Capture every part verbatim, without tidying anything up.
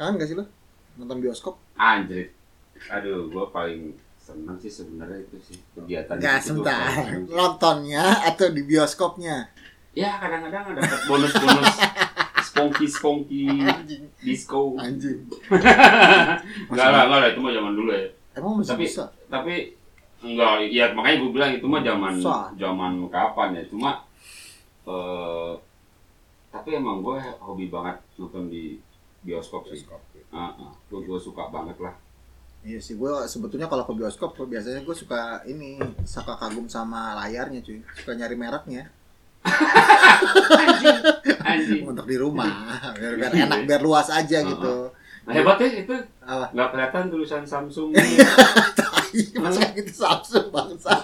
Kangen gak sih lo nonton bioskop? Anjir. Aduh, gue paling seneng sih sebenarnya itu sih kegiatan Gak itu. sebentar. Nontonnya atau di bioskopnya? Ya kadang-kadang ada bonus-bonus sponky-sponky disco. Anjing. Enggak lah, enggak lah, itu mah zaman dulu ya. Emang masih Tapi bisa? tapi enggak, ya makanya gue bilang itu mah zaman Susah. zaman kapan ya. Cuma eh tapi emang gue hobi banget nonton di bioskop sih. Bioskop. Heeh, gue gue suka banget lah. Iya sih, gue sebetulnya kalau ke bioskop biasanya gue suka ini, suka kagum sama layarnya cuy, suka nyari mereknya. Anjing, anjing. Untuk di rumah, biar, biar enak, biar luas aja Uh-uh. gitu. Nah hebatnya itu Apa? nggak kelihatan tulisan Samsung. Tai, masa gitu Samsung bangsa.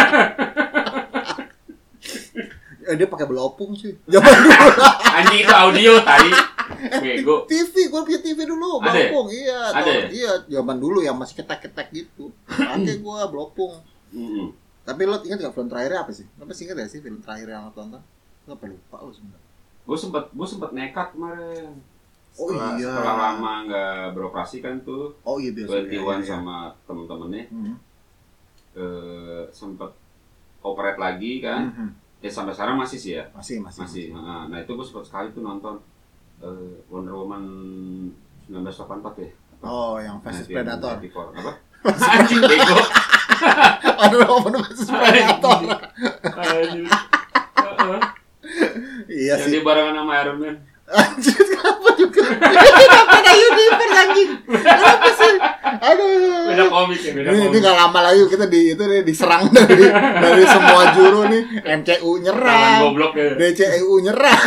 Eh, dia pakai belopung cuy. Zaman dulu. Anjing itu audio tadi. Bego. T V, gue punya T V dulu, Ada ya? belopung. Iya, Ada tahun, ya? iya, zaman dulu yang masih ketek-ketek gitu. Pakai gue belopung. Mm-mm. Tapi lo ingat gak film terakhirnya apa sih? Lo pasti ingat gak sih film terakhir yang lo tonton? Lo apa lupa lo sebenarnya? Gue sempet gue sempet nekat kemarin. Oh Setelah, iya. setelah lama nggak beroperasi kan tuh. Oh iya biasa. dua puluh satu Iya, iya. sama temen-temennya Hmm. eh, sempet operate lagi kan. Mhm. Ya sampai sekarang masih sih ya. Masih, masih. Masih. Nah, nah itu gue sempet sekali tuh nonton eh, Wonder Woman seribu sembilan ratus delapan puluh empat ya. Oh, yang versus Predator. Apa? Anjing bego. Wonder Woman versus Predator. Anjing. Heeh. Iya Yang sih. dia barengan sama Iron Man. Anjir, kenapa juga? Kenapa ada universe anjing? Kenapa sih? Aduh. Beda komik ya, beda Ini, ini komik. gak lama lagi kita di itu nih diserang dari dari semua juru nih. M C U Tangan nyerang, goblok ya. D C E U nyerang.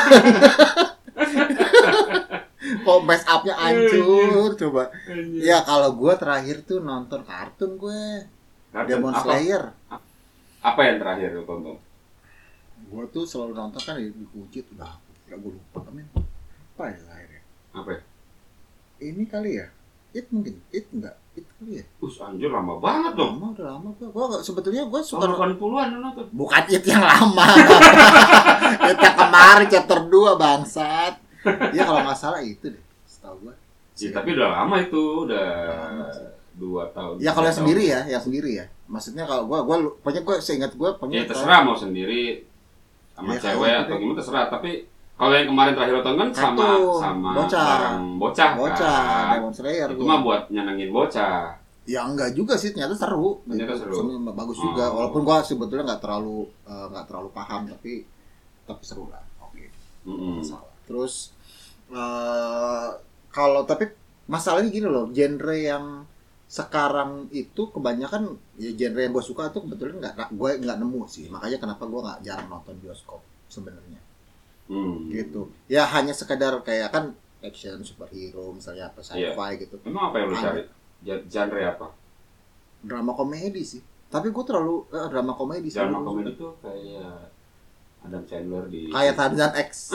Kok mess up-nya hancur coba. Anjing. Ya kalau gue terakhir tuh nonton kartun gue Kartun Demon apa? Slayer. Apa yang terakhir lu tonton? Gue tuh selalu nonton kan di Kucit udah, gak gue lupa men. Apa ya akhirnya? Apa ya? Ini kali ya? It mungkin, it enggak, it kali ya? Us anjir lama banget dong. Lama udah lama gue, gue sebetulnya gue suka Tahun delapan puluhan lu nonton. bukan it yang lama. It yang kemarin chapter dua bangsat. Ya kalau nggak salah itu deh, setahu gue. Ya, tapi udah lama itu, udah Lama sih. dua tahun. Ya kalau yang tiga sendiri tahun. ya, yang sendiri ya. Maksudnya kalau gue, gue pokoknya gue seingat gue, Ya pokoknya terserah mau sendiri sama Ya, cewek kalau atau itu gimana terserah. Tapi kalau yang kemarin terakhir nonton kan sama Kartun, sama bocah. bareng bocah, bocah, kan. Demon Slayer. Itu gua. mah buat nyenengin bocah. Ya enggak juga sih, ternyata seru. Ternyata Gitu. seru. Sebenarnya bagus Oh. juga. Walaupun gua sebetulnya nggak terlalu eh, nggak terlalu paham, tapi tapi seru lah. Oke. Mm-mm. Masalah. Terus eh kalau tapi masalahnya gini loh, genre yang sekarang itu kebanyakan ya genre yang gue suka tuh kebetulan nggak gue nggak nemu sih. Makanya kenapa gue nggak jarang nonton bioskop sebenarnya. Hmm. Gitu. Ya hanya sekedar kayak kan action superhero misalnya apa Iya. sci-fi gitu. Emang apa yang lu Ada. cari? Ja- Genre apa? Drama komedi sih. Tapi gue terlalu eh, drama komedi sih. Drama komedi tuh kayak Adam Sandler di Kayak Tarzan X.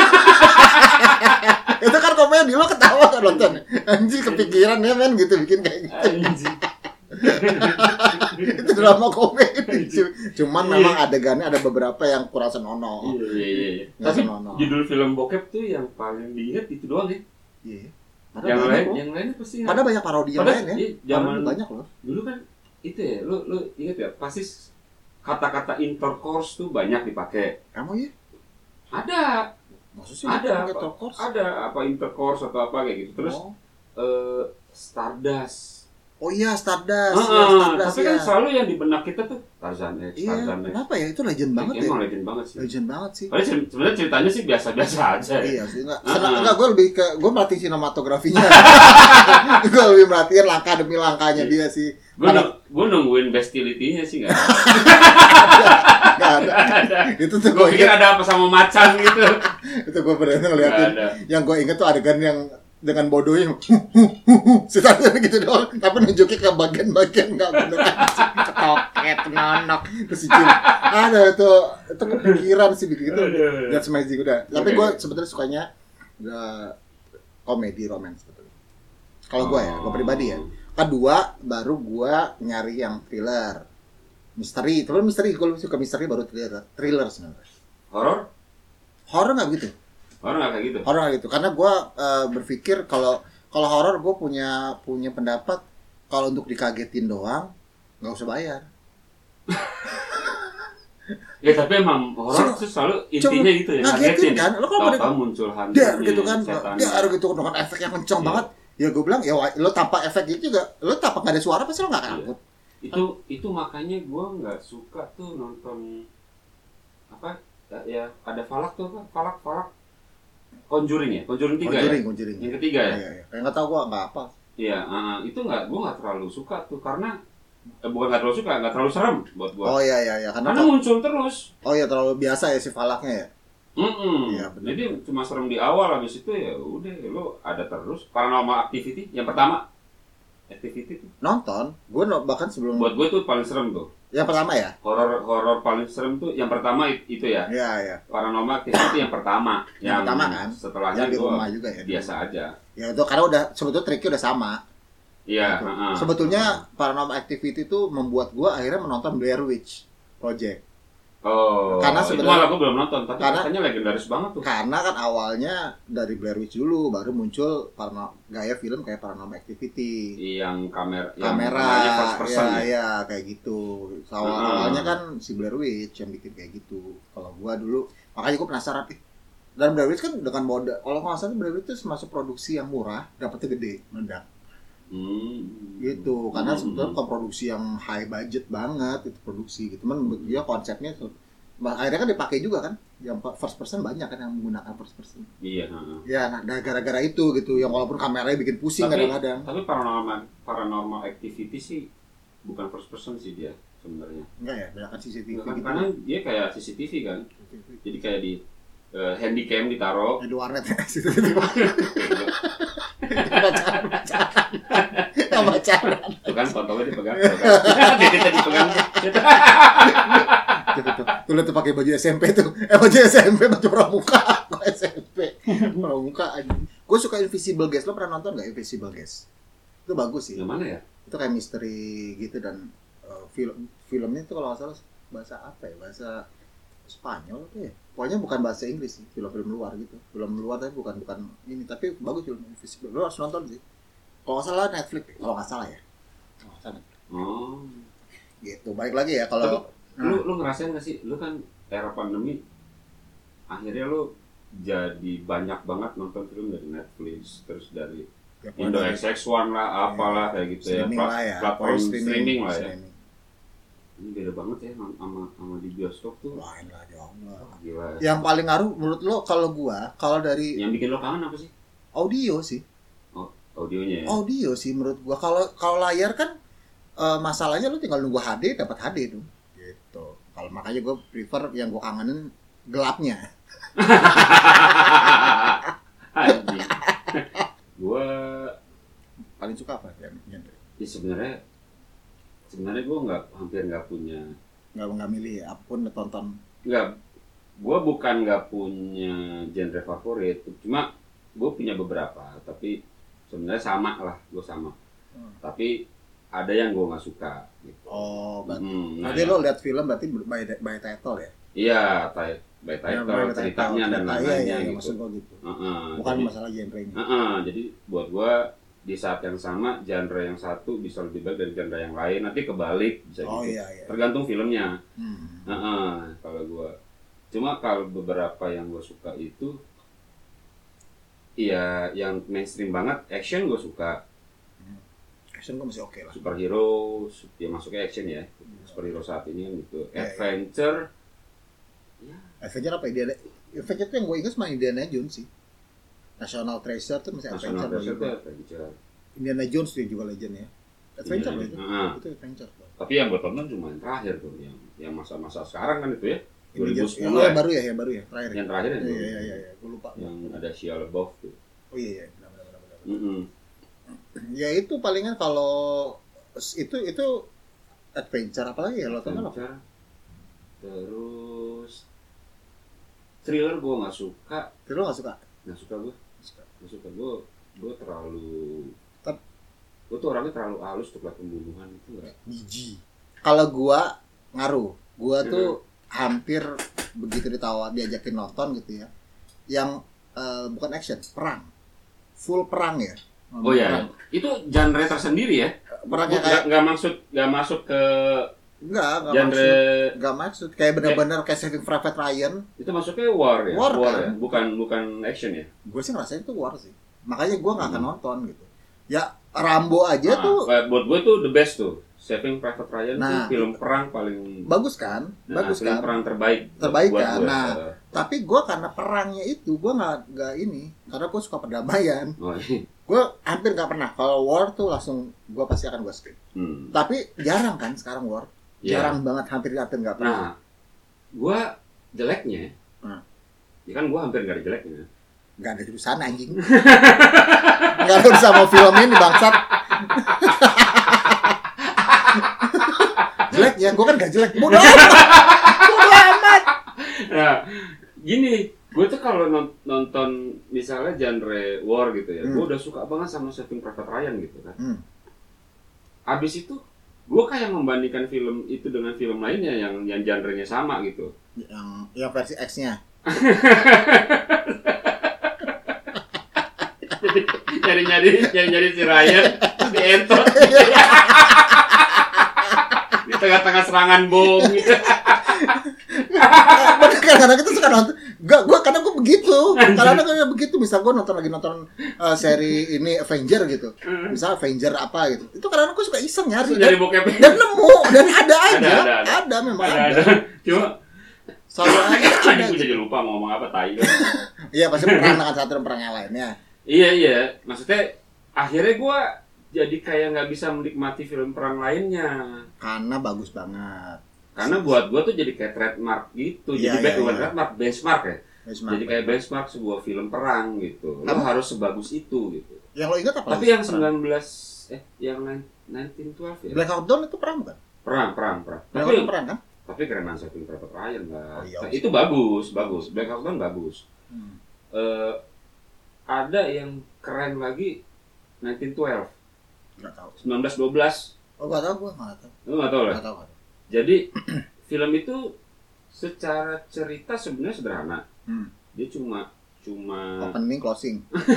Itu kan komedi, lo ketawa kan nonton. Anjir kepikiran ya men gitu bikin kayak gitu. Anjing. Itu drama komedi. Cuman memang adegannya ada beberapa yang kurang senonoh. Iya iya iya. Nggak Tapi senonoh. judul film bokep tuh yang paling diingat itu doang ya. Iya. Yang banyak lain loh. yang lainnya pasti nggak. Padahal banyak parodi yang Padahal, lain ya. iya, zaman- Parodi banyak loh. Dulu kan itu ya, lu lu ingat ya, pasti kata-kata intercourse tuh banyak dipakai. Kamu ya? Ada, Maksud sih Ada, pakai apa- tokos? ada apa intercourse atau apa kayak gitu. Terus Oh. eh, Stardust. Oh iya Stardust, Ah, ya, Stardust tapi kan ya. selalu yang di benak kita tuh Tarzan X, Iya, Tarzan X. kenapa ya? Itu legend banget ya. Emang legend banget sih. Legend banget sih. Padahal se- sebenarnya ceritanya sih biasa-biasa aja. Ya. Iya sih, enggak. Ah, Senang, ah. enggak, gue lebih ke gue merhatiin sinematografinya. Gue lebih merhatiin langkah demi langkahnya dia sih. Gue Pada- gue nungguin bestiality-nya sih nggak. Nggak ada. Itu tuh Gue gue pikir ingat, ada apa sama macan gitu. itu gue pernah Nggak ngeliatin. ada. Yang gue inget tuh adegan yang dengan bodohnya, si Tarzan gitu doang, tapi nunjukin ke bagian-bagian nggak bener, ketoket, nonok, terus si Jim, ada itu, itu kepikiran sih bikin gitu, that's amazing udah. Tapi Oke. gue sebetulnya sukanya uh, komedi romance sebetulnya. Kalau gue ya, gue pribadi ya. Kedua, baru gue nyari yang thriller, misteri. Tapi misteri, gue lebih suka misteri baru thriller, thriller sebenarnya. Horor? Horor nggak begitu? Horor nggak kayak gitu. Horor nggak gitu, karena gue uh, berpikir kalau Kalau horor gue punya punya pendapat kalau untuk dikagetin doang nggak usah bayar. Ya tapi emang horor tuh selalu intinya gitu ya. Ngagetin kan? Lo kalau tahu muncul hantu. Dar gitu kan. Dar gitu dengan efek yang kencang Iya. banget. Ya gue bilang ya lo tanpa efek itu juga lo tanpa nggak ada suara pasti lo nggak takut. Iya. Itu itu makanya gue nggak suka tuh nonton apa ya ada Falak tuh apa Falak Falak Conjuring ya Conjuring tiga Conjuring, ya Conjuring. yang ketiga ya. Iya, iya. Kayak nggak tahu gue nggak apa. Iya, uh, itu nggak gue nggak terlalu suka tuh karena eh, bukan nggak terlalu suka nggak terlalu serem buat gue. Oh iya iya iya karena, karena muncul terus. Oh iya terlalu biasa ya si Falaknya ya. Mm-mm. Iya, bener. Jadi cuma serem di awal, habis itu ya udah lo ada terus. Paranormal Activity yang pertama, Activity tuh. Nonton, gue no, bahkan sebelum. Buat gue tuh paling serem tuh. Yang pertama ya? Horor horor paling serem tuh yang pertama itu ya. Iya iya. Paranormal Activity yang pertama. Yang pertama kan? Setelahnya Yang di gue rumah juga ya. biasa aja. Ya itu karena udah sebetulnya triknya udah sama. Iya. Gitu. Uh-uh. Sebetulnya Paranormal Activity itu membuat gue akhirnya menonton Blair Witch Project. Oh, karena itu sebenarnya malah gue belum nonton, tapi karena, katanya legendaris banget tuh. Karena kan awalnya dari Blair Witch dulu, baru muncul parno, gaya film kayak Paranormal Activity. Yang kamera, kamera, yang first person ya, ya, ya kayak gitu. Awal uh-huh. awalnya kan si Blair Witch yang bikin kayak gitu. Kalau gua dulu, makanya gua penasaran. Eh, dan Blair Witch kan dengan modal, kalau nggak salah Blair Witch itu masuk produksi yang murah, dapetnya gede, meledak. Hmm. Gitu, karena Hmm. sebetulnya bukan produksi yang high budget banget itu produksi gitu. Cuman dia konsepnya akhirnya kan dipakai juga kan, yang first person banyak kan yang menggunakan first person. Iya. Uh-huh. Ya, nah gara-gara itu gitu, yang walaupun kameranya bikin pusing Tapi, kadang-kadang. tapi paranormal paranormal activity sih bukan first person sih dia sebenarnya. Enggak ya, banyak kan C C T V Bukan, gitu. karena dia kayak C C T V kan. Jadi kayak di uh, handycam ditaruh. Di warnet ya, C C T V. Bacaan, bacaan. Bacaan. Itu kan fotonya dipegang. Titiknya dipegang. Gitu tuh. Tuh lihat tuh pakai baju S M P tuh. Eh baju S M P, baju pramuka. Kok S M P? Pramuka aja. Gue suka Invisible Guest. Lo pernah nonton enggak Invisible Guest? Itu bagus sih. Yang mana ya? Itu kayak misteri gitu dan uh, film filmnya itu kalau nggak salah bahasa apa ya? Bahasa Spanyol tuh ya. Pokoknya bukan bahasa Inggris sih, film-film luar gitu. Film luar tapi bukan bukan ini, tapi bagus film Invisible. Lo harus nonton sih. Kalau nggak salah Netflix, kalau nggak salah ya. Kalau nggak salah. Oh. Gitu. Balik lagi ya kalau Tapi, lu lu ngerasain nggak sih? Lu kan era pandemi, akhirnya lu jadi banyak banget nonton film dari Netflix, terus dari ya, Indo X X one lah, apalah kayak gitu ya, streaming Plat- lah ya, platform streaming, streaming lah ya. streaming. Ini beda banget ya sama sama, sama di bioskop tuh. Lain lah jauh lah. Gila. Yang paling ngaruh menurut lo kalau gua, kalau dari Yang bikin lo kangen apa sih? audio sih. Oh, audionya ya. Audio sih menurut gua. Kalau kalau layar kan uh, masalahnya lo tinggal nunggu H D dapat H D tuh. Gitu. Kalau makanya gua prefer yang gua kangenin gelapnya. Anjing. Gua Paling suka apa ya? ya sebenarnya sebenarnya gua nggak hampir nggak punya Nggak nggak milih ya, apapun tonton. nggak gue bukan nggak punya genre favorit, cuma gue punya beberapa, tapi sebenarnya sama lah, gue sama, Hmm. tapi ada yang gue nggak suka gitu. Oh, berarti, Hmm, nah berarti ya. lo lihat film berarti by, by title ya? Iya, by, by Ya, title, by title, ceritanya dan cerita, lain-lainnya iya, iya, gitu. maksud gua gitu. Uh-uh, Bukan jadi, masalah genrenya. uh-uh, jadi buat gue di saat yang sama genre yang satu bisa lebih baik dari genre yang lain, nanti kebalik bisa Oh gitu. iya iya. Tergantung filmnya. Hmm. Uh-uh, kalau gue, cuma kalau beberapa yang gue suka itu, iya yang mainstream banget, action gue suka. Action gua masih oke lah. Superhero, ya masuknya action ya. Superhero saat ini kan gitu. Ya, ya. Adventure, ya. Adventure apa Indiana? Adventure tuh yang gue ingat cuma Indiana Jones sih. National Treasure tuh masih National adventure. Treasure bagi itu gua. adventure. Indiana Jones tuh juga legend ya. Adventure Iya, lah itu. uh-huh. Itu adventure. Tapi yang gue tonton cuma yang terakhir tuh, yang yang masa-masa sekarang kan itu ya. dua ribu Indiana sepuluh Jones. Oh, ya. yang baru ya, yang baru ya, terakhir. Yang terakhir yang Iya dulu. iya iya, iya. Gue lupa. Yang ada Shia LaBeouf tuh. Oh iya iya, benar benar benar. benar. Mm-mm. Ya itu palingan kalau itu itu adventure apalagi ya lo tonton apa? Adventure. Terus thriller gue nggak suka, Itu lo nggak suka? nggak suka gue, Suka. nggak suka gue, gue terlalu, Tep. gue tuh orangnya terlalu halus untuk lihat pembunuhan itu nggak. Biji. Kalau gua ngaruh, gua tuh hampir begitu ditawa diajakin nonton gitu ya, yang uh, bukan action, perang, full perang ya, Oh iya, itu genre tersendiri ya? Perannya Nggak kayak nggak maksud nggak masuk ke enggak, enggak genre maksud, enggak maksud kayak benar-benar kayak Saving Private Ryan. itu masuknya war ya? War, kan? ya? Bukan bukan action ya? Gue sih ngerasain itu war sih. Makanya gue nggak akan nonton gitu. Ya Rambo aja Nah, tuh kayak buat gue tuh the best tuh. Saving Private Ryan Nah, tuh film perang paling bagus kan, nah, bagus film kan. perang terbaik. Terbaik buat kan. gue. Nah, Uh, tapi gue karena perangnya itu gue nggak nggak ini, karena gue suka perdamaian. oh, iya. Gue hampir nggak pernah kalau war tuh langsung gue pasti akan gue skip. Hmm. Tapi jarang kan sekarang war, Iya. jarang banget, hampir hampir nggak pernah. Nah, gue jeleknya, Hmm. ya kan gue hampir gak ada jeleknya. Nggak ada urusan anjing. Nggak ada urusan sama film ini bangsat. Jelek ya, gue kan gak jelek. Bodoh amat. Bodoh amat. Nah, gini, gue tuh kalau non- nonton misalnya genre war gitu ya, Hmm. gue udah suka banget sama Saving Private Ryan gitu kan. Hmm. Abis itu, gue kayak membandingkan film itu dengan film lainnya yang yang genrenya sama gitu. Yang yang versi X-nya. Nyari-nyari, nyari-nyari si Ryan di entot di tengah-tengah serangan bom gitu. Kadang-kadang kita suka nonton. Gak, gue kadang gue begitu. Kadang-kadang gue begitu. Misal gue nonton lagi nonton uh, seri ini Avenger gitu. Misal Avenger apa gitu. Itu kadang-kadang gue suka iseng nyari. Nyari Dan, bokep. dan nemu dan ada aja. Ada, Ada, ada, ada. memang Ada, ada. ada. Cuma Selalu ada. ada Tadi gue gitu. jadi lupa mau ngomong apa tai. Iya pasti perang dengan satu dan perang yang lainnya. Iya iya, maksudnya akhirnya gue jadi kayak nggak bisa menikmati film perang lainnya. Karena bagus banget. Karena buat gue tuh jadi kayak trademark gitu. Iya, Jadi iya, bukan iya. trademark, benchmark ya. Benchmark. Jadi kayak benchmark sebuah film perang gitu. Lo Kamu- harus sebagus itu gitu. Yang lo ingat apa? Tapi lagi? yang Perang. sembilan belas eh yang sembilan belas dua belas ya. Black Hawk Down itu perang bukan? Perang, perang, perang. Black Tapi Hawk Down perang kan? tapi kerenan Saving Private Ryan lah. Oh, iya, Nah, oke. itu bagus, bagus. Black Hawk Down bagus. Hmm. Eh, ada yang keren lagi sembilan belas dua belas. Gak tahu. sembilan belas dua belas. Oh gak tahu gue gak tahu. Lu nggak tahu lah. Gak tahu. Gak tahu. Jadi film itu secara cerita sebenarnya sederhana. Hmm. Dia cuma cuma Opening closing.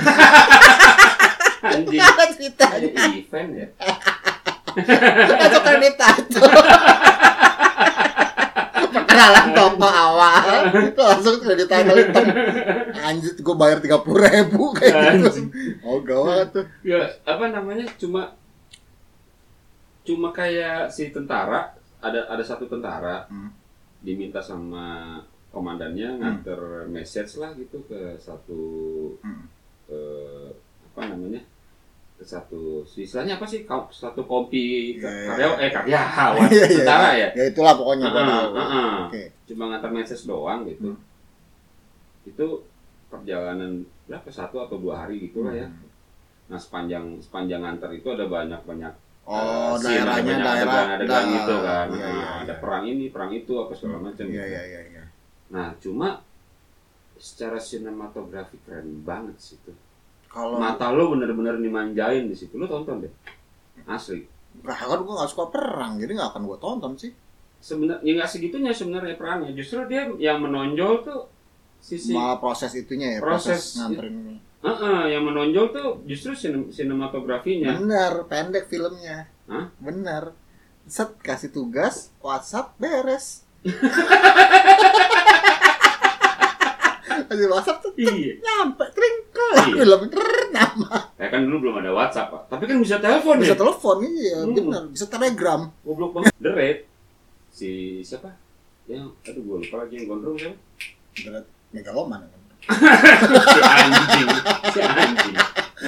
anjing. Ada cerita. Ada event ya. Itu cerita itu. Perkenalan toko awal. Itu langsung kredit title hitam. Anjir gue bayar tiga puluh ribu kayak gitu. Anjing. Oh gawat tuh. Ya apa namanya cuma cuma kayak si tentara ada ada satu tentara Hmm. diminta sama komandannya nganter message lah gitu ke satu Hmm. eh, apa namanya ke satu istilahnya apa sih Kau- satu kopi Iya, iya. karya eh karyawan Iya, iya, tentara iya. ya Ya itulah pokoknya gue Heeh, tahu. heeh. Oke. cuma ngantar message doang gitu Hmm. itu perjalanan berapa satu atau dua hari gitulah ya. Hmm. Nah sepanjang sepanjang ngantar itu ada banyak banyak Oh, Uh, scene, ada daerahnya banyak daerah adegan-adegan da- gitu kan. Iya, Nah, iya, ada iya. perang ini, perang itu apa segala macam. Iya, gitu. iya, iya, iya. Nah, cuma secara sinematografi keren banget sih itu. Kalau Mata lo bener-bener dimanjain di situ. Lo tonton deh. Asli. Nah, kan gue gak suka perang, jadi gak akan gue tonton sih. Sebenarnya ya nggak segitunya sebenarnya perangnya. Justru dia yang menonjol tuh sisi Malah proses itunya ya, Proses, proses, nganterin ini. Heeh, yang menonjol tuh justru sinem- sinematografinya. Bener, pendek filmnya. Hah? Bener. Set, kasih tugas, WhatsApp, beres. Kasih WhatsApp tuh, Iya. nyampe, tringkel. Iya. Film, trrr, nama. Ya kan dulu belum ada WhatsApp, Pak. Tapi kan bisa telepon Bisa ya. telepon, iya, Hmm. bener. Bisa telegram. Goblok banget. The Raid. Si siapa? Yang aduh gue lupa lagi yang gondrong siapa? Berat, megaloman. Kan? Si anjing. Si anjing.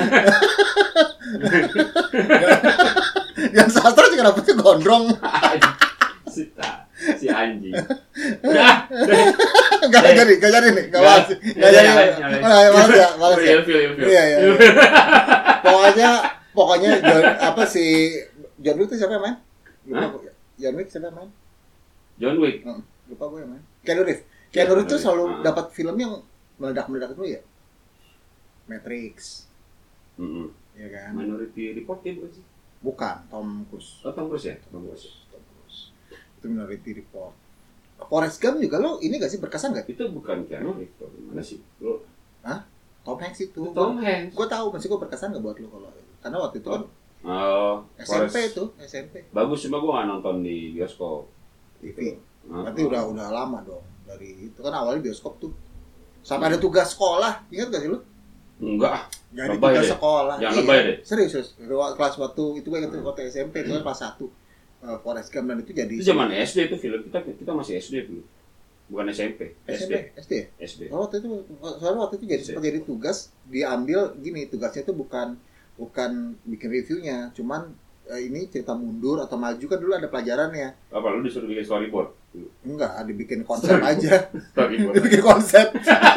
Yang sastra juga dapetnya gondrong. si, si anjing. Udah, udah. Gak Eh. jadi, gak jadi nih. Gak Nggak. malas. Gak Nyalain, jadi. nyalain, nyalain. Malas malas ya, malas ya. Ilfil, ilfil. Iya, iya, iya. Pokoknya, pokoknya John, apa si John Wick itu siapa yang main? Lupa Hah? gue. John Wick siapa yang main? John Wick. Hmm, lupa gue yang main. Keanu Reeves. Keanu Reeves tuh Keanu selalu Reeves. Ah. dapat film yang meledak-meledak itu ya. Matrix, Mm-mm. ya kan? Minority Report ya bukan sih? Bukan, Tom Cruise. Oh, Tom Cruise ya? Tom Cruise. Tom Cruise. Itu Minority Report. Forrest Gump juga lo ini gak sih berkesan gak? Itu bukan Keanu Reeves. Gimana sih? Lo Tom Hanks itu. Tom Hanks. Gue tahu, masih gue berkesan gak buat lo kalau Karena waktu itu kan Oh, S M P Forest. itu, S M P. Bagus, cuma gue nggak nonton di bioskop. T V. Ah, Berarti ah. udah udah lama dong. Dari itu kan awalnya bioskop tuh. Sampai ada tugas sekolah, ingat gak sih lu? Enggak ah. Jadi Lebay tugas deh. sekolah. Jangan Iya. lebay deh. Serius, serius. Kelas waktu itu gue ingat waktu S M P itu kan kelas satu. Uh, Forest Gump dan itu jadi Itu zaman S D itu film kita kita masih S D dulu. Bukan S M P, S M S D. P, S D ya? S D. Oh, waktu itu soalnya waktu itu jadi sempat jadi tugas diambil gini, tugasnya itu bukan bukan bikin reviewnya, cuman eh, ini cerita mundur atau maju kan dulu ada pelajarannya. Apa lu disuruh bikin storyboard? Enggak, dibikin konsep aja. Storyboard. Dibikin konsep.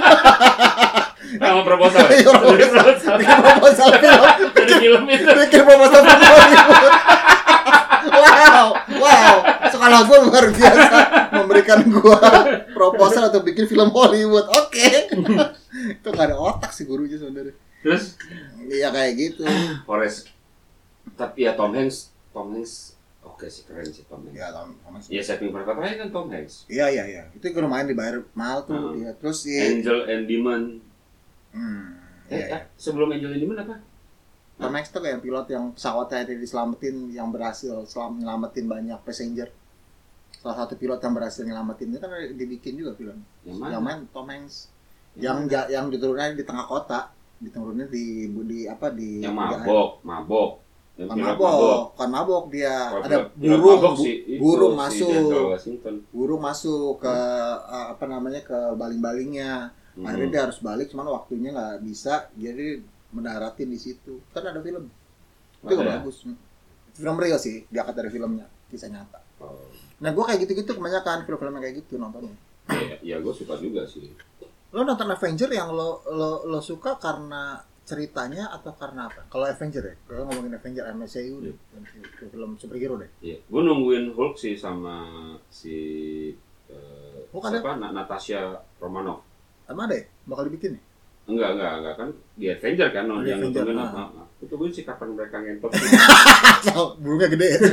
Sama proposal. Iya, proposal. Bikin proposal film. Jadi film itu. Bikin proposal film Hollywood. Wow, wow. Sekolah gue luar biasa memberikan gue proposal atau bikin film Hollywood. Oke. Itu gak ada otak sih gurunya sebenarnya. Terus Iya kayak gitu. Forest. Tapi ya Tom Hanks, Tom Hanks oke sih, keren sih Tom Hanks. Ya, Tom Hanks. Ya Saving Private Ryan kan Tom Hanks. Iya, iya, iya. Itu lumayan dibayar mahal tuh Hmm. dia. Terus si Angel and Demon. Hmm. Eh, Iya, iya. eh, sebelum Angel and Demon apa? Tom Hanks tuh kayak pilot yang pesawatnya tadi diselamatin, yang berhasil selam nyelamatin banyak passenger. Salah satu pilot yang berhasil nyelamatin itu kan ada- dibikin juga film. Yang mana? Yang main Tom Hanks. Yang ja- yang diturunin di tengah kota, diturunin di di apa di Yang di- mabok, mabok. Yang Bukan pilot mabok, bukan mabok dia. Kalau Ada pilot- pilot burung, mabok bu- sih, itu burung si masuk. Denzel Washington. Burung masuk ke uh, apa namanya ke baling-balingnya. Hmm. Akhirnya dia harus balik, cuman waktunya nggak bisa, jadi mendaratin di situ. Kan ada film. Itu Ada ya? bagus. Film real sih, diangkat dari filmnya, kisah nyata. Oh. Nah, gue kayak gitu-gitu kebanyakan film-film yang kayak gitu nontonnya. Ya, ya gue suka juga sih. Lo nonton Avenger yang lo lo lo suka karena ceritanya atau karena apa? Kalau Avenger ya, kalau ngomongin Avenger M C U deh, film superhero deh. Iya, gue nungguin Hulk sih sama si eh, Hulk ada? siapa? Na- Natasha Romanoff. Emang ada ya? Bakal dibikin ya? Enggak, enggak, enggak kan di Avenger kan non Di yang Avenger, nontonin. ah. Ah, ah. Itu gue sih kapan mereka ngentot sih. Asal burungnya gede ya.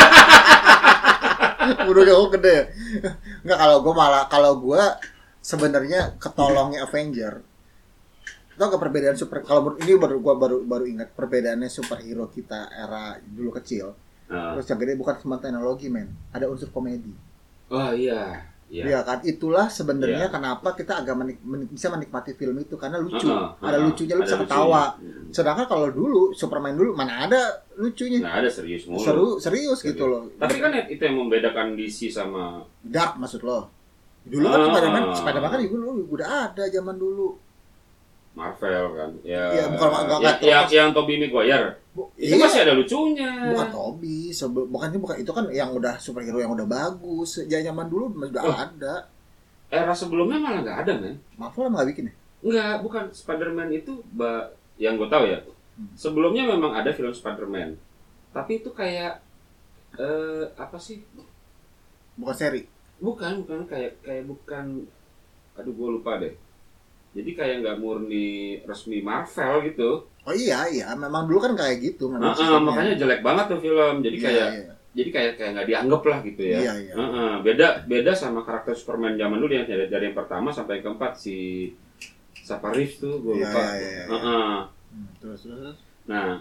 Burungnya oh gede ya. Enggak, kalau gue malah kalau gue sebenarnya ketolongnya Avenger. Tau gak perbedaan super kalau menurut- ini baru gua baru baru ingat perbedaannya superhero kita era dulu kecil. Ah. Terus yang gede bukan cuma teknologi, men. Ada unsur komedi. Oh iya, iya. Iya kan? Itulah sebenarnya Iya. kenapa kita agak menik, menik- bisa menikmati film itu karena lucu. Ah, ah, ada ah. lucunya, lu Ada bisa lucunya. ketawa. Hmm. Sedangkan kalau dulu Superman dulu mana ada lucunya. Nggak ada serius mulu. Seru serius Serius. gitu loh. Tapi kan itu yang membedakan D C sama Dark maksud lo. Dulu kan Ah. Spider-Man, Spider-Man kan juga dulu udah ada zaman dulu. Marvel kan. Ya, Iya, bukan- enggak- yang, enggak yang, terlepas. yang Tobey Maguire. Bu, Itu iya. masih ada lucunya. Bukan Toby, sebe- bukannya bukan itu kan yang udah superhero yang udah bagus. Ya zaman dulu masih udah Oh. ada. Era sebelumnya malah nggak ada, men. Marvel emang gak bikin ya? Enggak, bukan Spider-Man itu ba- yang gue tahu ya. Hmm. Sebelumnya memang ada film Spider-Man. Tapi itu kayak eh apa sih? Bukan seri. Bukan, bukan kayak kayak bukan aduh gue lupa deh. Jadi kayak nggak murni resmi Marvel gitu. Oh iya iya, memang dulu kan kayak gitu. memang Heeh, sistemnya. makanya jelek banget tuh film. Jadi Iya, kayak iya. jadi kayak kayak nggak dianggap lah gitu ya. Iya, iya. Heeh, beda beda sama karakter Superman zaman dulu yang dari, dari yang pertama sampai yang keempat si siapa Reeves tuh gue Iya, lupa. iya, iya, iya. Heeh. Hmm, terus terus. terus. Nah,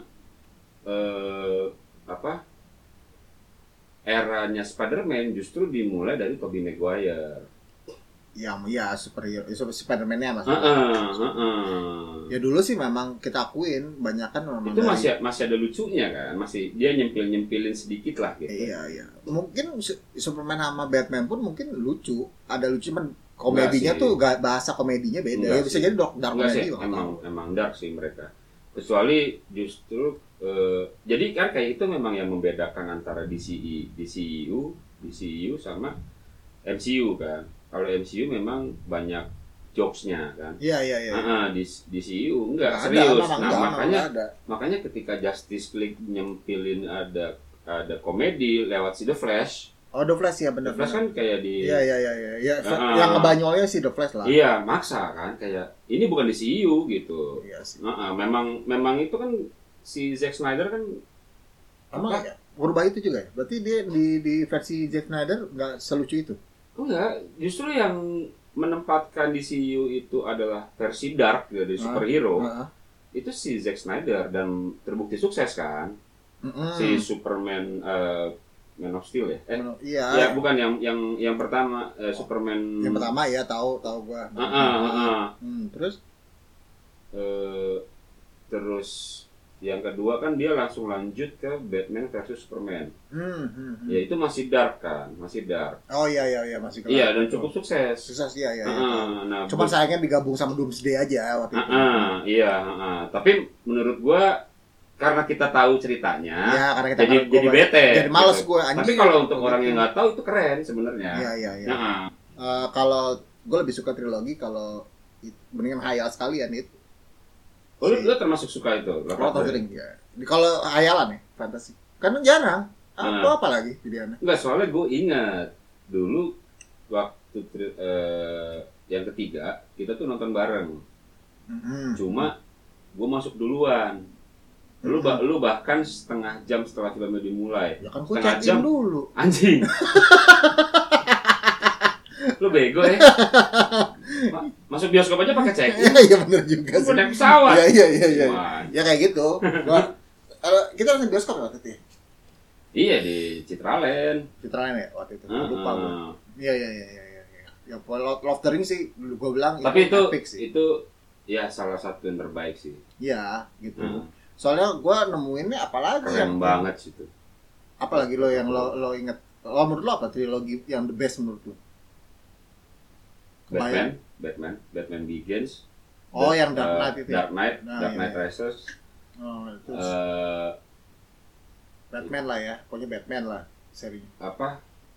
eh, apa? Eranya Spider-Man justru dimulai dari Tobey Maguire. Ya, ya superhero, ya, super- Spider-Man-nya maksudnya. Heeh, heeh. Ya dulu sih memang kita akuin banyak kan memang Itu dari- masih masih ada lucunya kan, masih dia nyempil nyempilin sedikit lah gitu. Iya iya. Mungkin Su- Superman sama Batman pun mungkin lucu. Ada lucu cuman komedinya Enggak tuh sih. gak bahasa komedinya beda. Enggak Ya bisa sih. jadi dark dark Enggak sih, komedi nggak emang tahu. emang dark sih mereka. Kecuali justru eh, jadi kan kayak itu memang yang membedakan antara D C I, D C U, D C U sama M C U kan. Kalau M C U memang banyak jokes-nya kan. Iya iya iya. Ah, di D C U enggak Nggak ada, serius. memang Nah, nggak, memang makanya nggak ada. makanya ketika Justice League nyempilin ada ada komedi lewat si The Flash. Oh The Flash ya The benar. Flash kan kayak di Iya iya iya iya. Ya, Ah. yang ngebanyolnya sih The Flash lah. iya, maksa kan kayak ini bukan D C U gitu. Iya sih. Nah, memang memang itu kan si Zack Snyder kan Emang apa? ya? Berubah itu juga ya? Berarti dia di di versi Zack Snyder nggak selucu itu? Enggak, justru yang menempatkan D C U itu adalah versi dark dari Ah, superhero. Heeh. itu si Zack Snyder dan terbukti sukses kan. Mm-mm. Si Superman uh, Man of Steel ya? Eh, iya. ya bukan yang yang yang pertama uh, Superman. Yang pertama ya tahu tahu gua. Uh, uh, uh, uh. Hmm, terus uh, terus yang kedua kan dia langsung lanjut ke Batman versus Superman. Hmm, hmm, hmm. Ya itu masih dark kan, masih dark. Oh iya iya iya masih kelar. Iya dan cukup sukses. Sukses iya iya. Uh, iya. nah, Cuman sayangnya digabung sama Doomsday aja waktu uh, itu. uh, iya, uh, uh. Tapi menurut gua karena kita tahu ceritanya, ya, karena kita jadi jadi gua, bete. Jadi males gitu. gue. Anjing, tapi kalau untuk gitu. orang yang nggak tahu itu keren sebenarnya. Iya iya iya. Uh, uh, kalau gue lebih suka trilogi, kalau mendingan hayal sekalian itu. Oh, lu, lu termasuk suka itu? Lord of the Rings ya. Kalau hayalan ya, fantasi. Karena jarang. Apa Nah. apa lagi pilihannya? Enggak, soalnya gue ingat dulu waktu uh, yang ketiga kita tuh nonton bareng. Mm-hmm. Cuma gue masuk duluan. Lu, bah, lu bahkan setengah jam setelah filmnya dimulai. Ya kan gue setengah check jam in dulu. Anjing. Lu bego ya. Ma- masuk bioskop aja pakai check in. Iya iya benar juga sih. Gue naik pesawat. Iya iya iya iya. Cuman. Ya kayak gitu. Gua, uh, kita nonton bioskop waktu itu ya? Iya di Citraland. Citraland ya waktu itu. Uh, Lupa gue. uh. Iya iya iya iya iya. Ya Lord of the Rings sih gue bilang Tapi itu epic sih. itu ya salah satu yang terbaik sih. Iya gitu. Uh. Soalnya gue nemuinnya apalagi Keren yang banget sih itu. apalagi lo yang lo lo inget. Lo menurut lo apa trilogi yang the best menurut lo? Batman, Batman, Batman Begins. Oh, The- yang Dark uh, Knight itu ya? Dark Knight, Nah, Dark iya, Knight iya. Rises. Oh, itu eh, Batman lah ya, pokoknya Batman lah serinya. apa?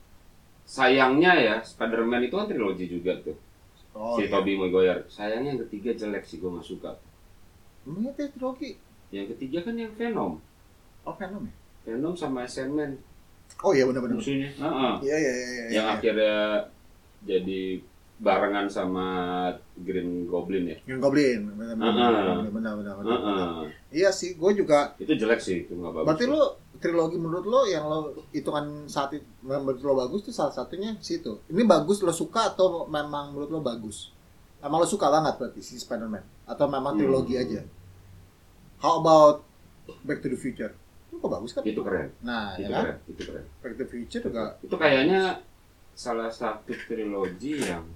Sayangnya ya, Spider-Man itu kan trilogi juga tuh. Oh, si iya. Tobey Maguire. Sayangnya yang ketiga jelek sih, gue nggak suka. Emang itu trilogi? Yang ketiga kan yang Venom. Oh, Venom ya? Venom sama Sandman Oh iya benar-benar. musuhnya. Heeh. Iya iya iya. iya, Yang iya. akhirnya jadi barengan sama Green Goblin ya. Yang Goblin, benar-benar. Uh-uh. Benar-benar. Heeh. Iya sih, gue juga. Itu jelek sih, itu nggak bagus. Berarti lo trilogi menurut lo yang lo hitungan saat itu menurut lo bagus tuh salah satunya situ. Ini bagus lo suka atau memang menurut lo bagus? Emang lo suka banget berarti si Spider-Man atau memang trilogi Hmm. aja? How about Back to the Future? Itu kok bagus kan? Itu keren. Nah, Itu ya kan? keren. Itu keren. Back to the Future juga. Itu kayaknya salah satu trilogi yang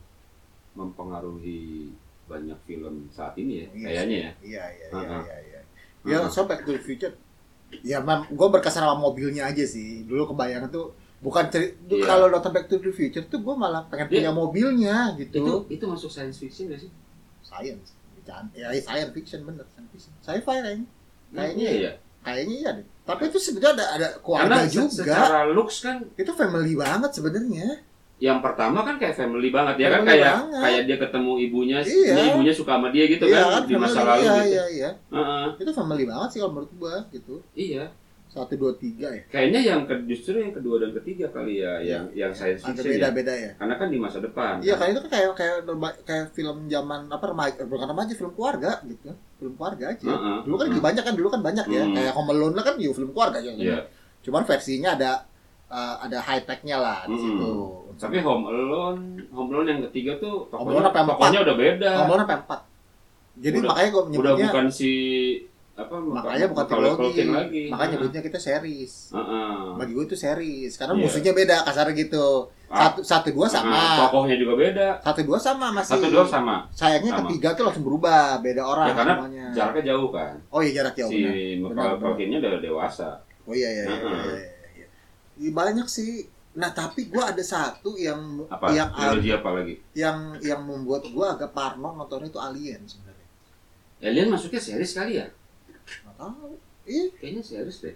mempengaruhi banyak film saat ini ya. Iya Kayaknya sih. ya. Iya iya iya Uh-uh. iya. iya. Ya, Uh-uh. so Back to the Future. Ya, mem- gue berkesan sama mobilnya aja sih. Dulu kebayang tuh bukan ceri- Iya. kalau nonton Back to the Future tuh gue malah pengen Iya. punya mobilnya gitu. Itu itu masuk science fiction nggak sih? Science. Jangan, ya science fiction bener, science fiction. Sci-fi kayaknya. Kayaknya Iya, iya. Kayaknya iya deh. Tapi itu sebenarnya ada ada keluarga Karena se- juga. secara looks kan Itu family banget sebenarnya. yang pertama kan kayak family banget ya kan Family kayak banget. kayak dia ketemu ibunya, Iya. ini ibunya suka sama dia gitu Iya, kan di masa family, lalu iya, gitu. Iya, iya. Heeh. Itu family banget sih kalau menurut gua gitu. Iya. Satu dua tiga ya. Kayaknya yang ke, justru yang kedua dan ketiga kali ya yang yang science Ada fiction ya. beda-beda ya. Karena kan di masa depan. Iya, kan. kayak itu kan kayak kayak kayak film zaman apa remaja, bukan remaja, film keluarga gitu. Film keluarga aja. Heeh. Dulu kan lebih banyak kan, dulu kan banyak ya. Hmm. Kayak Home Alone lah kan juga film keluarga ya. Iya. Cuman versinya ada uh, ada high tech-nya lah di Hmm. situ. Tapi Home Alone, Home Alone yang ketiga tuh Home Alone tokonya, apa yang tokonya udah beda. Home Alone sampai empat. Jadi Udah- makanya gue Udah nyebutnya bukan si apa makanya bukan Macaulay trilogi. Culkin lagi. Makanya nyebutnya kita series. Heeh. Bagi gue itu series karena Iya. musuhnya beda kasarnya gitu. Ah. Satu satu dua Heeh, sama. tokohnya juga beda. Satu dua sama masih. Satu dua sama. Sayangnya Sama. ketiga tuh langsung berubah, beda orang Ya karena semuanya. jaraknya jauh kan. Oh iya jarak jauh Si benar. Macaulay Benar, benar. Culkinnya udah dewasa. Oh iya iya iya. Heeh. iya, iya, iya. Iya, banyak sih. Nah tapi gue ada satu yang Apa? yang Trilogi apa lagi? yang yang membuat gue agak parno nontonnya itu Alien sebenarnya. Alien masuknya series kali ya? Nggak tahu. Ih, Kayaknya series deh.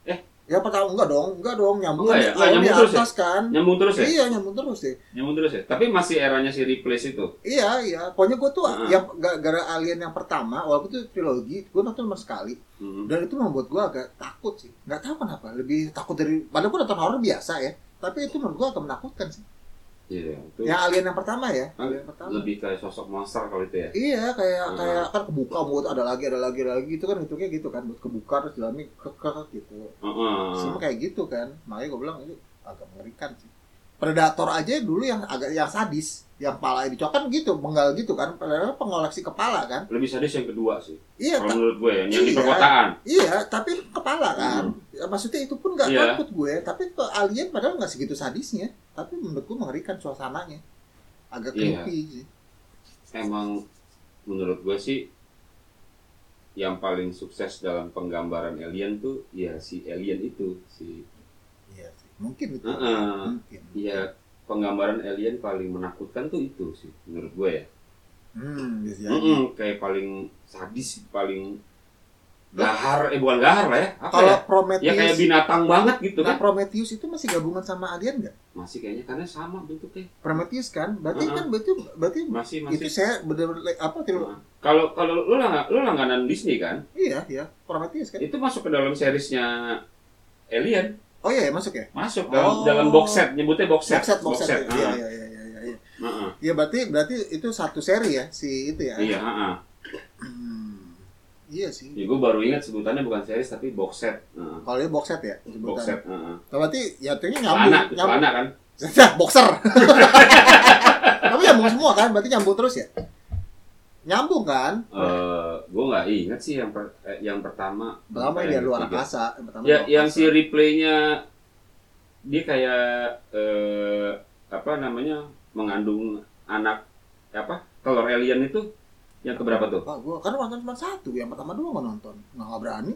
ya pertama enggak dong, enggak dong nyambung Enggak kan ya? di- Enggak, awal di nyambung terus atas kan. Nyambung terus ya? Iya nyambung terus sih. Nyambung terus ya? Tapi masih eranya si Replace itu. Iya iya. Pokoknya gue tuh Heeh. yang gara-gara Alien yang pertama, walaupun itu trilogi, gue nonton cuma sekali. Hmm. Dan itu membuat gue agak takut sih. Nggak tahu kenapa. Lebih takut dari. Padahal gue nonton horor biasa ya. Tapi itu menurut gue agak menakutkan sih. Iya, itu Yang Alien yang pertama ya. kan Alien yang pertama. lebih kayak sosok monster kalau itu ya. Iya kayak Hmm. kayak kan kebuka buat ada lagi ada lagi ada lagi itu kan hitungnya gitu kan buat kebuka terus dalamnya kekeh gitu. Heeh. Semua kayak gitu kan. Makanya gue bilang itu agak mengerikan sih. Predator aja dulu yang agak yang sadis, yang kepala dicok kan gitu, penggal gitu kan, padahal pengoleksi kepala kan. Lebih sadis yang kedua sih. Iya, kalau ta- menurut gue yang iya, di perkotaan. Iya, tapi kepala kan. Ya, maksudnya itu pun nggak Iya. takut gue, tapi ke alien padahal nggak segitu sadisnya, tapi menurut gue mengerikan suasananya, agak Iya. creepy sih. Emang menurut gue sih yang paling sukses dalam penggambaran alien tuh ya si alien itu si Iya sih, mungkin itu. Heeh. Mungkin. ya penggambaran alien paling menakutkan tuh itu sih menurut gue ya. Hmm, bisa jadi. Mm-mm, kayak paling sadis, paling gahar, eh bukan gahar lah ya, apa Kalau ya? Prometheus, Ya kayak binatang banget gitu nah, kan. Prometheus itu masih gabungan sama alien nggak? Masih kayaknya karena sama bentuknya. Prometheus kan, berarti Uh-uh. kan berarti berarti Masih itu masih. saya benar-benar apa tuh? Nah, Kalau kalau lu lang lu langganan Disney kan, Iya, iya, Prometheus kan. itu masuk ke dalam seriesnya Alien, Oh iya, masuk ya. masuk dalam Oh. dalam box set, nyebutnya box set. Box set, box set. Iya, Heeh. iya, iya, iya, iya. Iya, Heeh. Iya, berarti berarti itu satu seri ya si itu ya. Iya, heeh. Hmm, iya sih. Ya gue baru ingat sebutannya bukan series tapi box set. Heeh. Kalau dia box set ya Box sebutannya. set, heeh. Berarti ya tuhnya nyambung, Celana, nyambung. celana kan. Boxer. Tapi nyambung semua kan, berarti nyambung terus ya. Nyambung kan? Eh, gue nggak ingat sih yang per, eh, yang pertama. Pertama Apa dia yang luar ketiga? angkasa, yang pertama Ya, luar yang angkasa. si replaynya dia kayak eh, apa namanya mengandung anak apa telur alien itu yang keberapa tuh? Wah, gua kan nonton cuma satu, yang pertama dua nggak nonton, nggak nggak berani.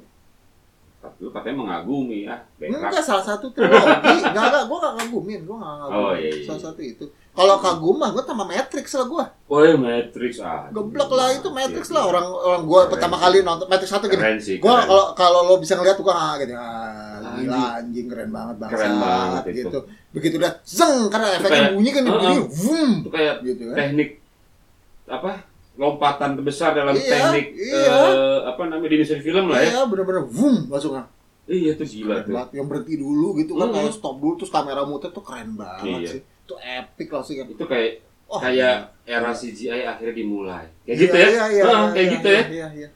Lu katanya mengagumi ah, berak. Enggak, salah satu trilogi, enggak enggak, gua nggak ngagumin, gua nggak ngagumin. Oh, iya, iya. Salah satu itu. Kalau kagum mah gua sama Matrix lah gua. Woi Matrix ah. Geblek lah itu Matrix Iya, lah, iya. orang orang gua Keren pertama sih. kali nonton Matrix satu gini. Keren sih. Gua keren. kalau kalau lo bisa ngeliat tuh gua ah, gitu. Ah, Anjing. gila anjing keren banget bangsat Keren banget itu. gitu. Begitu udah zeng karena efeknya kayak- bunyi kan bunyi, Uh-uh. vum itu kayak gitu kan. teknik apa lompatan terbesar dalam Iya, teknik iya. eh, apa namanya di industri film lah ya. Iya, bener-bener vum langsung. Iya itu gila Keren tuh. banget. Yang berhenti dulu gitu kan, Hmm. kayak stop dulu terus kamera muter tuh keren banget Iya. sih. Itu epic langsung kan. Itu kayak Oh, kayak iya. era C G I akhirnya dimulai. Kayak Iya, gitu ya. Iya, iya, Ah, iya, kayak iya, gitu ya. Iya, iya.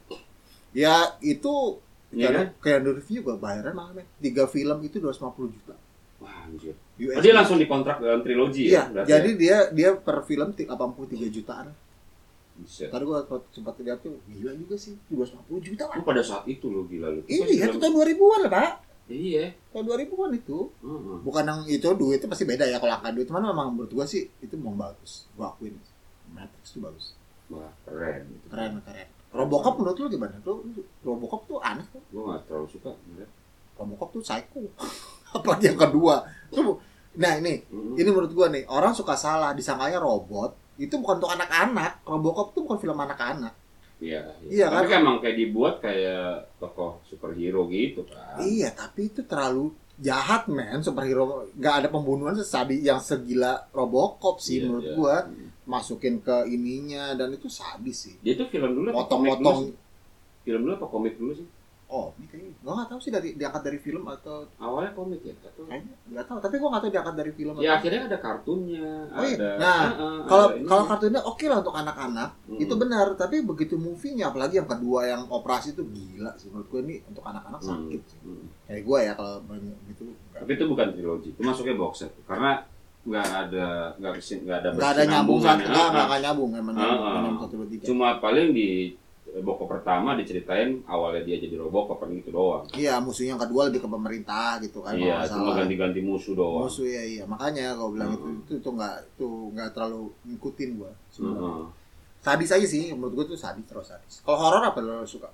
Ya itu Iya kayak kan? kayak di review juga bayaran mahal men. Tiga film itu dua ratus lima puluh juta. Wah anjir. U S Oh, dia langsung dikontrak dalam trilogi Iya, ya. berarti jadi ya? dia dia per film ti- delapan puluh tiga jutaan. Buset. Tadi gua sempat lihat tuh gila juga sih, dua ratus lima puluh juta Lu lah. pada saat itu lo gila lu. Itu Iya, film- itu tahun dua ribuan lah, Pak. Iya. Tahun dua ribuan itu. Heeh. Bukan yang itu duitnya pasti beda ya kalau angka duit, cuman memang menurut gua sih itu memang bagus. Gua akuin. Matrix itu bagus. Wah keren. Itu. Keren, keren. Robocop menurut lu gimana? Lu Robocop tuh aneh tuh. Gue nggak terlalu suka. ngeliat. Robocop tuh psycho. Apalagi yang kedua. Tuh, nah ini, Mm-mm. ini menurut gua nih, orang suka salah disangkanya robot. Itu bukan untuk anak-anak. Robocop tuh bukan film anak-anak. Iya. Iya, Tapi kan? kan emang kayak dibuat kayak tokoh superhero gitu kan. Iya, tapi itu terlalu jahat men, superhero. Gak ada pembunuhan sesabi yang segila Robocop sih Iya, menurut iya. gua. Mm. Masukin ke ininya dan itu sadis sih. Dia tuh film dulu apa komik dulu Potong-potong. sih? Film dulu apa komik dulu sih? Oh, ini kayaknya gua nggak tahu sih dari diangkat dari film atau Awalnya komik ya? Atau... kayaknya nggak tahu. Tapi gua nggak tahu diangkat dari film. Ya atau- akhirnya ada kartunnya. Oh iya. ada, Nah, Heeh, Kalau ada ini. kalau kartunnya oke lah untuk anak-anak, Mm. itu benar. Tapi begitu movie-nya, apalagi yang kedua yang operasi itu gila sih menurut gue ini untuk anak-anak Hmm, sakit sih. hmm. Kayak gue ya kalau banyak gitu nggak Tapi itu bukan trilogi, itu masuknya box set. Karena nggak ada nggak kesin nggak ada nggak ada nyambung berkesinambungan, satu, ya. nggak nggak akan nyambung emang Ah, nyambung ah. nyambung satu dua tiga. Cuma paling di Robocop pertama diceritain awalnya dia jadi Robocop kan gitu doang. Iya, musuhnya yang kedua lebih ke pemerintah gitu kan. kalau Iya, nggak cuma salah. ganti-ganti musuh doang. Musuh ya iya. Makanya kalau bilang Hmm. itu itu tuh nggak itu nggak terlalu ngikutin gue. sebenarnya. Heeh. Sadis aja sih menurut gue tuh sadis terus sadis. Kalau horor apa lo suka?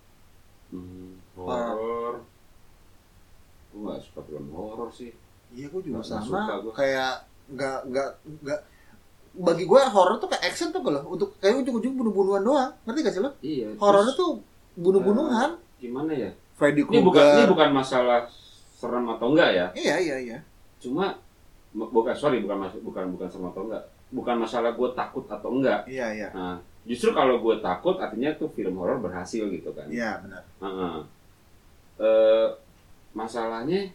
Hmm, horor. Gue nggak suka film horor sih. Iya, gue juga Nggak- nggak sama. suka gua. Kayak nggak nggak nggak bagi gue horor tuh kayak action tuh kalau untuk kayak ujung-ujung bunuh-bunuhan doang. Ngerti gak sih lo? Iya. Horor terus, tuh bunuh-bunuhan. gimana ya? Freddy Ini bukan ini Krueger. bukan masalah serem atau enggak ya. Iya iya iya. Cuma bukan sorry bukan mas, bukan bukan serem atau enggak. Bukan masalah gue takut atau enggak. Iya iya. Nah, justru kalau gue takut artinya tuh film horor berhasil gitu kan. Iya benar. Heeh. Eh, masalahnya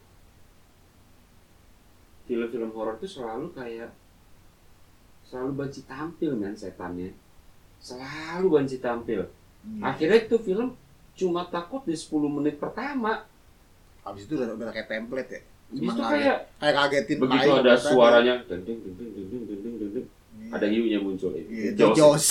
film-film horor tuh selalu kayak selalu banci tampil men setannya. Selalu banci tampil. Iya. Akhirnya itu film cuma takut di sepuluh menit pertama. Habis itu udah udah kayak template ya. Itu Cuma kayak kayak kagetin begitu tai, ada gitu. suaranya deng deng deng deng deng deng deng deng deng. Iya. Ada hiunya muncul itu. Iya, itu Jaws. Jaws.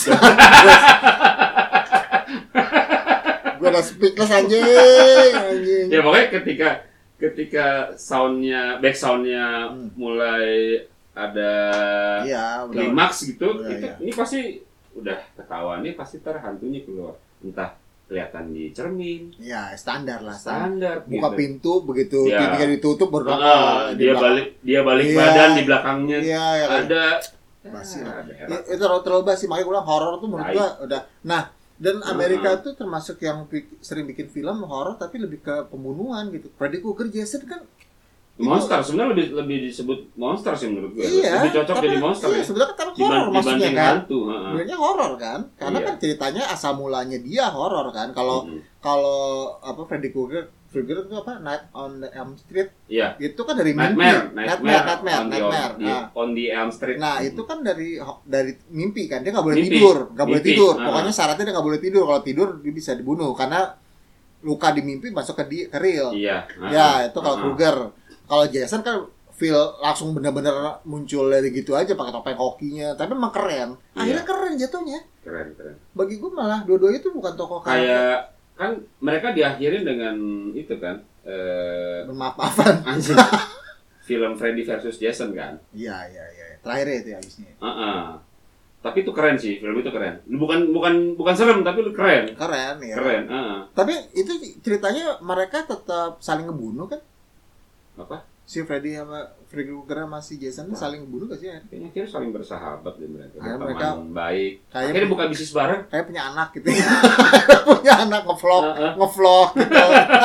Gue udah speechless anjing, anjing. Ya pokoknya ketika ketika soundnya back soundnya Hmm. mulai ada Iya, udah. klimaks gitu, Iya, itu iya. ini pasti udah ketahuan nih pasti terhantunya keluar. Entah kelihatan di cermin, Iya, standar lah. standar Buka gitu. pintu begitu Iya. ketika ditutup baru Ah, di dia belakang. balik dia balik Iya. badan di belakangnya Iya, ya kan. ada Basi ah, lah. ada Ya, heran. itu terlalu terlalu basi, makanya gue bilang horor tuh menurut Baik. gua udah. Nah, dan Amerika Uh-uh. tuh termasuk yang bik- sering bikin film horor tapi lebih ke pembunuhan gitu. Freddy Krueger, Jason kan Monster sebenarnya lebih lebih disebut monster sih menurut gue. Iya, Lebih cocok tapi- jadi monster iya, ya. sebenarnya kan horor Diban- maksudnya dibanding kan. hantu, heeh. Sebenarnya horor kan, karena Iya. kan ceritanya asal mulanya dia horor kan. Kalau Mm-mm. kalau apa Freddy Krueger, Krueger itu apa Night on the Elm Street Iya. itu kan dari mimpi, Nightmare, nightmare, nightmare, on the, nightmare. on, Nah, on the Elm Street. Nah Mm. itu kan dari dari mimpi kan, dia nggak boleh Mimpi. tidur, nggak boleh Mimpi, tidur. ah. Pokoknya syaratnya dia nggak boleh tidur. Kalau tidur dia bisa dibunuh karena luka di mimpi masuk ke di ke real. Iya. Ya itu kalau Ah. Krueger. Kalau Jason kan feel langsung benar-benar muncul dari gitu aja pakai topeng hokinya. Tapi emang keren. Akhirnya Iya. keren jatuhnya. Keren, keren. Bagi gue malah dua-duanya itu bukan tokoh kayak Kayak kan mereka diakhirin dengan itu kan eh bermaaf-maafan. anjing. Film Freddy versus Jason kan. Iya iya iya. Terakhir itu ya habisnya. Heeh. Tapi itu keren sih, film itu keren. Bukan bukan bukan serem tapi lu keren. Keren ya. Keren, heeh. Tapi itu ceritanya mereka tetap saling ngebunuh kan? Apa? Si Freddy sama Freddy Krueger sama si Jason tuh saling ngebunuh gak sih? Ya? Kayaknya kira saling bersahabat deh mereka. Akhirnya Berteman mereka- baik. Kayak Akhirnya buka bisnis bareng. kayak punya anak gitu. punya anak ngevlog, Heeh. ngevlog gitu.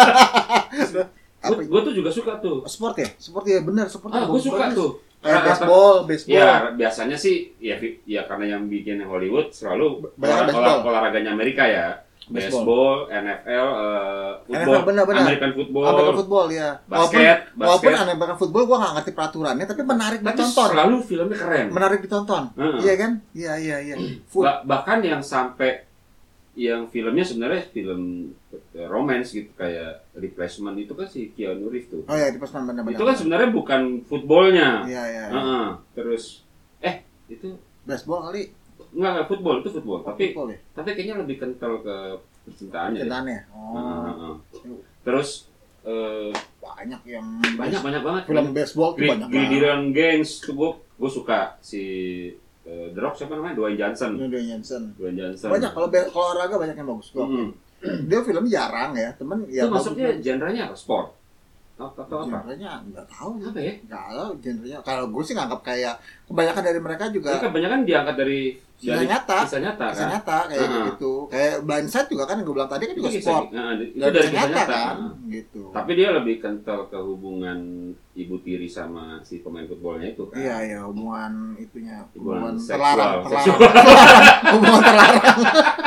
Apa? Gue tuh juga suka tuh. Sport ya? Sport ya benar, sport. Ah, gue suka tuh. Kayak Rata- baseball, baseball. Ya biasanya sih ya fi- ya karena yang bikin Hollywood selalu Banyak olah- baseball. olah- olahraganya Amerika ya. Baseball. Baseball, N F L, eh, N F L, football, benar-benar. American football, American football ya. basket, walaupun, walaupun basket. American football gua nggak ngerti peraturannya, tapi menarik Tapi ditonton. selalu filmnya keren. Menarik ditonton. Heeh. Iya kan? Iya iya iya. Foot. Ba- bahkan yang sampai yang filmnya sebenarnya film eh, romance gitu kayak Replacement itu kan si Keanu Reeves tuh. Oh iya, di pas benar-benar. Itu kan sebenarnya bukan footballnya. Iya iya. iya. Heeh. Terus eh itu Baseball kali. enggak enggak football itu football tapi Football ya. tapi kayaknya lebih kental ke percintaannya. deh. Cintaannya. Heeh, Oh. heeh. Terus eh, Banyak yang banyak banyak banget film baseball tuh Gri- banyak banget. Gridiron Gangs tuh gue gue suka si eh, The Rock siapa namanya Dwayne Johnson. Dwayne Johnson. Dwayne Johnson. Banyak kalau be- kalau olahraga banyak yang bagus. Gua Mm. Dia film jarang ya, temen ya. Itu masuknya genrenya apa? Sport? Atau atau apa? Genrenya nggak tahu ya. Apa ya? Nggak tahu genrenya. Kalau gue sih nganggap kayak kebanyakan dari mereka Ini juga kan kebanyakan diangkat dari kisah dari nyata. Kisah nyata kisah kan? nyata kayak Uh-huh. gitu. Kayak Blindside juga kan yang gue bilang tadi kan juga Itu kisah- sport. nah, itu Dan dari kisah kisah nyata kan, Nah. gitu. Tapi dia lebih kental ke hubungan ibu tiri sama si pemain footballnya itu kan. Iya iya hubungan itunya Hubungan hubungan seksual. terlarang Seksual. terlarang hubungan terlarang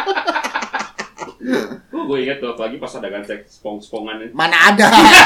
Oh, gue inget tuh apalagi pas adegan seks spong-spongan. mana ada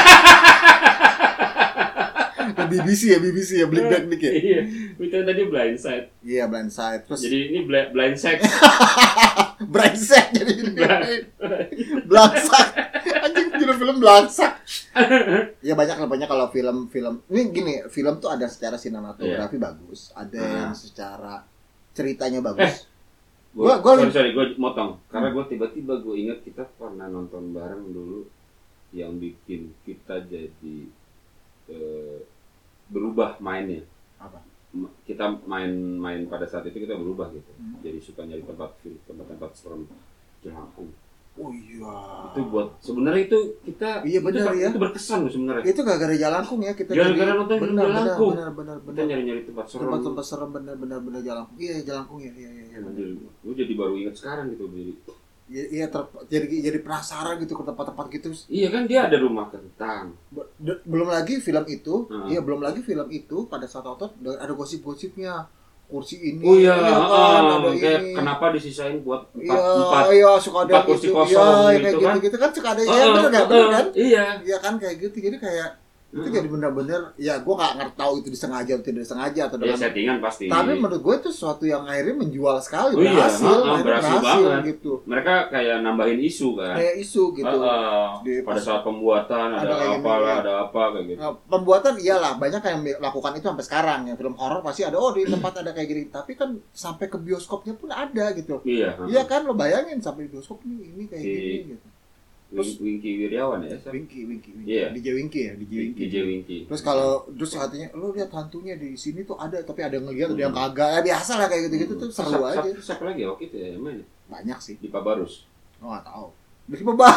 B B C ya B B C ya Blick Back dikit Iya, itu tadi blind side. iya Blindside terus Jadi ini bla- blind sex. brengsek jadi belangsak anjing judul film belangsak ya banyak lah banyak kalau film-film ini gini film tuh ada secara sinematografi bagus ada Ah. yang secara ceritanya Eh, bagus Gua, Gua- gua- sorry, sorry, gue motong. Karena gue tiba-tiba gue ingat kita pernah nonton bareng dulu yang bikin kita jadi eh, berubah mainnya. apa Ma- Kita main-main pada saat itu kita berubah gitu. Hmm. Jadi suka nyari tempat tempat-tempat serem jelangkung. oh iya Itu buat sebenarnya itu kita Iya, itu, benar, ber- ya. itu berkesan loh sebenarnya. itu gara-gara Jalangkung ya kita Gara-gara jadi- nonton film benar, benar, Jalangkung. benar benar Kita benar nyari-nyari tempat serem. tempat-tempat serem benar-benar benar Jalangkung iya Jalangkung ya iya iya iya Anjir, gue jadi baru ingat sekarang gitu. Jadi, Iya, iya ter- jadi jadi penasaran gitu ke tempat-tempat gitu. iya kan dia ada rumah kentang. Be- de- belum lagi film itu, Hmm. iya belum lagi film itu pada saat nonton ada- ada gosip-gosipnya kursi ini. Oh iya, kan, ah, ada kayak ini. kenapa disisain buat empat, Iya, empat iya suka ada empat kursi gitu. kosong Iya, gitu kayak kan. gitu-gitu kan suka ada. Oh, Iya benar oh, kan? oh, Benar kan? Iya. Iya kan kayak gitu. Jadi kayak Itu jadi benar-benar ya gue nggak ngerti tahu itu disengaja atau tidak disengaja atau Ya dengan settingan pasti. tapi menurut gue itu sesuatu yang akhirnya menjual sekali Oh iya, berhasil, heeh, akhirnya berhasil banget. gitu Mereka kayak nambahin isu kan. kayak isu gitu. Heeh, Di- pada saat pembuatan ada ada, kayak apa gini, lah, ya. ada apa kayak gitu. Nah, pembuatan iyalah banyak yang melakukan itu sampai sekarang ya film horor pasti ada oh di tempat ada kayak gini tapi kan sampai ke bioskopnya pun ada gitu. Iya. heeh. Iya kan lo bayangin sampai di bioskop ini ini kayak Si- gini gitu. Wing- Wingky Wiryawan ya. siapa? Winky Winky Winky Iya. D J Winky ya D J Winky. D J Wingky. Terus kalau terus katanya lu lihat hantunya di sini tuh ada tapi ada yang ngeliat ada yang Hmm. kagak ya biasa lah kayak gitu-gitu tuh seru Siapa- aja. Siapa, siapa lagi ya waktu itu ya yang main? Banyak sih. Di Pabarus. Oh nggak tahu. Dari pebahas.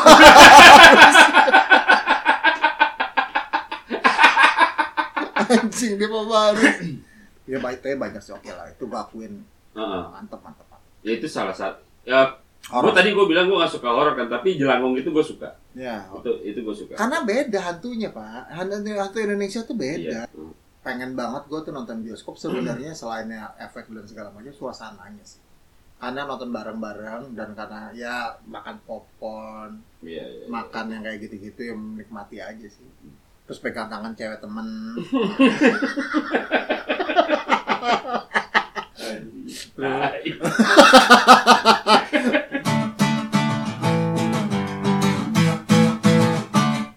Anjing dia pebahas. Ya baik tapi banyak sih oke lah itu gue akuin Heeh. mantep mantep. mantep. Ya itu salah satu. Ya, Horor. gue tadi gue bilang gue gak suka horor kan, tapi Jelangkung itu gue suka. Ya. Itu itu gue suka. Karena beda hantunya pak. Hantu hantu Indonesia tuh beda. Iya. Hmm. Pengen banget gue tuh nonton bioskop sebenarnya selain efek dan segala macam suasananya sih. Karena nonton bareng-bareng dan karena ya makan popcorn, Iya, iya, iya. makan yang kayak gitu-gitu yang menikmati aja sih. Terus pegang tangan cewek temen. Nah,